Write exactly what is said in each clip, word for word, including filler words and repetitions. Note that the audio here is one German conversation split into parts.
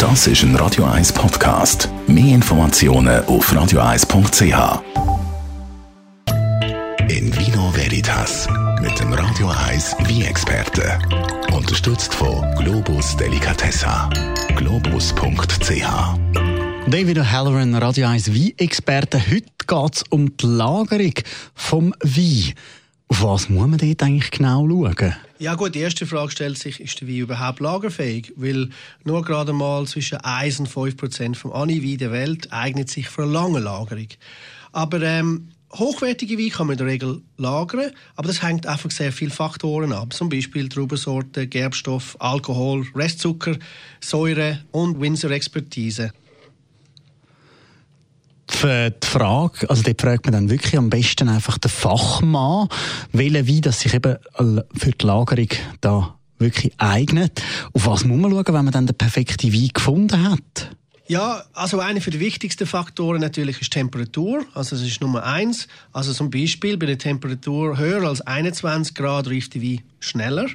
Das ist ein Radio eins Podcast. Mehr Informationen auf radio eins punkt c h. In Vino Veritas mit dem Radio eins Wein-Experten. Unterstützt von Globus Delicatessa. globus punkt c h. David O'Halloran, Radio eins Wein-Experte. Heute geht es um die Lagerung vom Wein. Auf was muss man dort eigentlich genau schauen? Ja gut, die erste Frage stellt sich, ist der Wein überhaupt lagerfähig? Weil nur gerade mal zwischen eins und fünf Prozent vom Ani-Wein der Welt eignet sich für eine lange Lagerung. Aber ähm, hochwertige Wein kann man in der Regel lagern, aber das hängt einfach sehr viele Faktoren ab. Zum Beispiel Traubensorte, Gerbstoff, Alkohol, Restzucker, Säure und Winzer-Expertise. Für die Frage, also dort fragt man dann wirklich am besten einfach den Fachmann, welcher Wein das sich eben für die Lagerung da wirklich eignet. Auf was muss man schauen, wenn man dann den perfekten Wein gefunden hat? Ja, also einer der wichtigsten Faktoren natürlich ist Temperatur. Also das ist Nummer eins. Also zum Beispiel bei der Temperatur höher als einundzwanzig Grad reift der Wein schneller.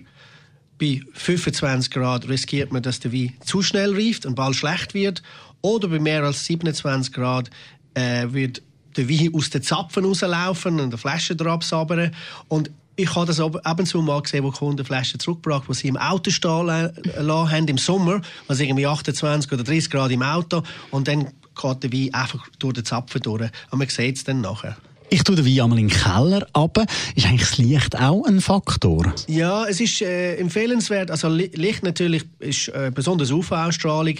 Bei fünfundzwanzig Grad riskiert man, dass der Wein zu schnell reift und bald schlecht wird. Oder bei mehr als siebenundzwanzig Grad äh, wird der Wein aus den Zapfen rauslaufen und die Flasche drauf sabbern. Und ich habe das ab und zu mal gesehen, wo Kunden Flaschen zurückgebracht haben, die sie im Auto stehen lassen haben im Sommer, also irgendwie achtundzwanzig oder dreißig Grad im Auto, und dann geht der Wein einfach durch den Zapfen durch. Und man sieht es dann nachher. Ich tue den Wein einmal in den Keller runter. Ist eigentlich das Licht auch ein Faktor? Ja, es ist äh, empfehlenswert. Also Licht natürlich ist äh, besonders U V-Ausstrahlung.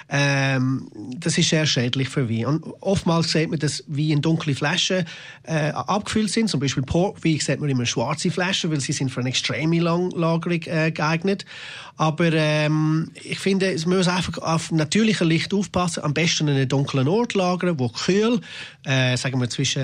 Ähm, das ist sehr schädlich für Wein. Und oftmals sieht man, dass Wein in dunkle Flaschen äh, abgefüllt sind. Zum Beispiel Portwein sieht man immer schwarze Flaschen, weil sie sind für eine extreme Langlagerung äh, geeignet. Aber ähm, ich finde, es muss einfach auf natürliches Licht aufpassen. Am besten in einem dunklen Ort lagern, wo kühl, äh, sagen wir zwischen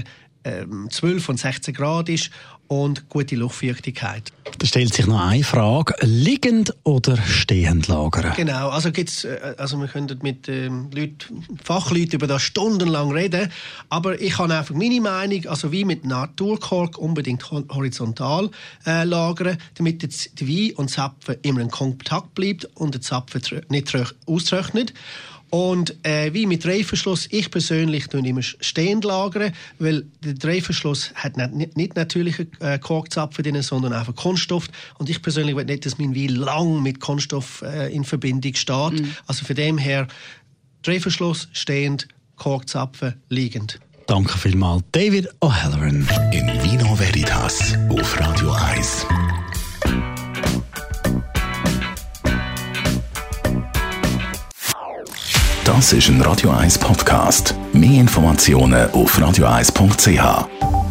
zwölf und sechzehn Grad ist und gute Luftfeuchtigkeit. Da stellt sich noch eine Frage: liegend oder stehend lagern? Genau, also gibt's, also wir können mit ähm, Leuten, Fachleuten über das stundenlang reden, aber ich habe einfach meine Meinung, also wie mit Naturkork unbedingt horizontal äh, lagern, damit der Wein und Zapfen immer in Kontakt bleibt und der Zapfen nicht austrocknet. Und äh, wie mit Reifenschluss, ich persönlich tue immer stehend lagern, weil der Reifenschluss hat nicht, nicht natürliche äh, Korkzapfen drin, sondern einfach Kunststoff. Und ich persönlich will nicht, dass mein Wein lang mit Kunststoff äh, in Verbindung steht. Mm. Also von dem her, Reifenschluss stehend, Korkzapfen liegend. Danke vielmals, David O'Halloran. In Vino Veritas auf Radio eins. Das ist ein Radio eins Podcast. Mehr Informationen auf radio eins punkt c h.